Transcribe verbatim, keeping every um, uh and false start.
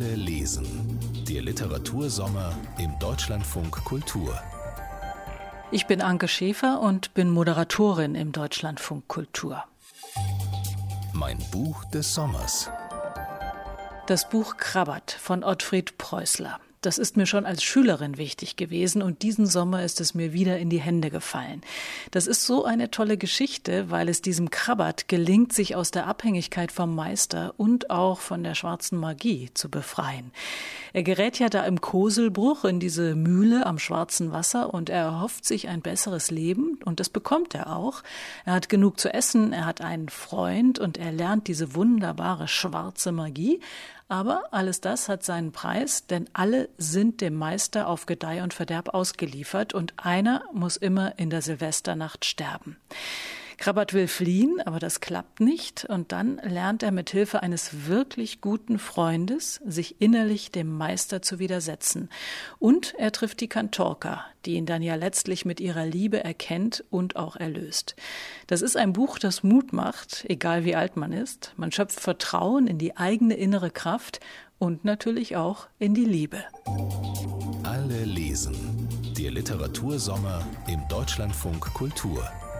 Alle lesen. Der Literatursommer im Deutschlandfunk Kultur. Ich bin Anke Schäfer und bin Moderatorin im Deutschlandfunk Kultur. Mein Buch des Sommers. Das Buch Krabbert von Ottfried Preußler. Das ist mir schon als Schülerin wichtig gewesen und diesen Sommer ist es mir wieder in die Hände gefallen. Das ist so eine tolle Geschichte, weil es diesem Krabbert gelingt, sich aus der Abhängigkeit vom Meister und auch von der schwarzen Magie zu befreien. Er gerät ja da im Koselbruch in diese Mühle am schwarzen Wasser und er erhofft sich ein besseres Leben und das bekommt er auch. Er hat genug zu essen, er hat einen Freund und er lernt diese wunderbare schwarze Magie. Aber alles das hat seinen Preis, denn alle sind dem Meister auf Gedeih und Verderb ausgeliefert und einer muss immer in der Silvesternacht sterben. Krabbert will fliehen, aber das klappt nicht und dann lernt er mit Hilfe eines wirklich guten Freundes, sich innerlich dem Meister zu widersetzen. Und er trifft die Kantorka, die ihn dann ja letztlich mit ihrer Liebe erkennt und auch erlöst. Das ist ein Buch, das Mut macht, egal wie alt man ist. Man schöpft Vertrauen in die eigene innere Kraft und natürlich auch in die Liebe. Alle lesen. Der Literatursommer im Deutschlandfunk Kultur.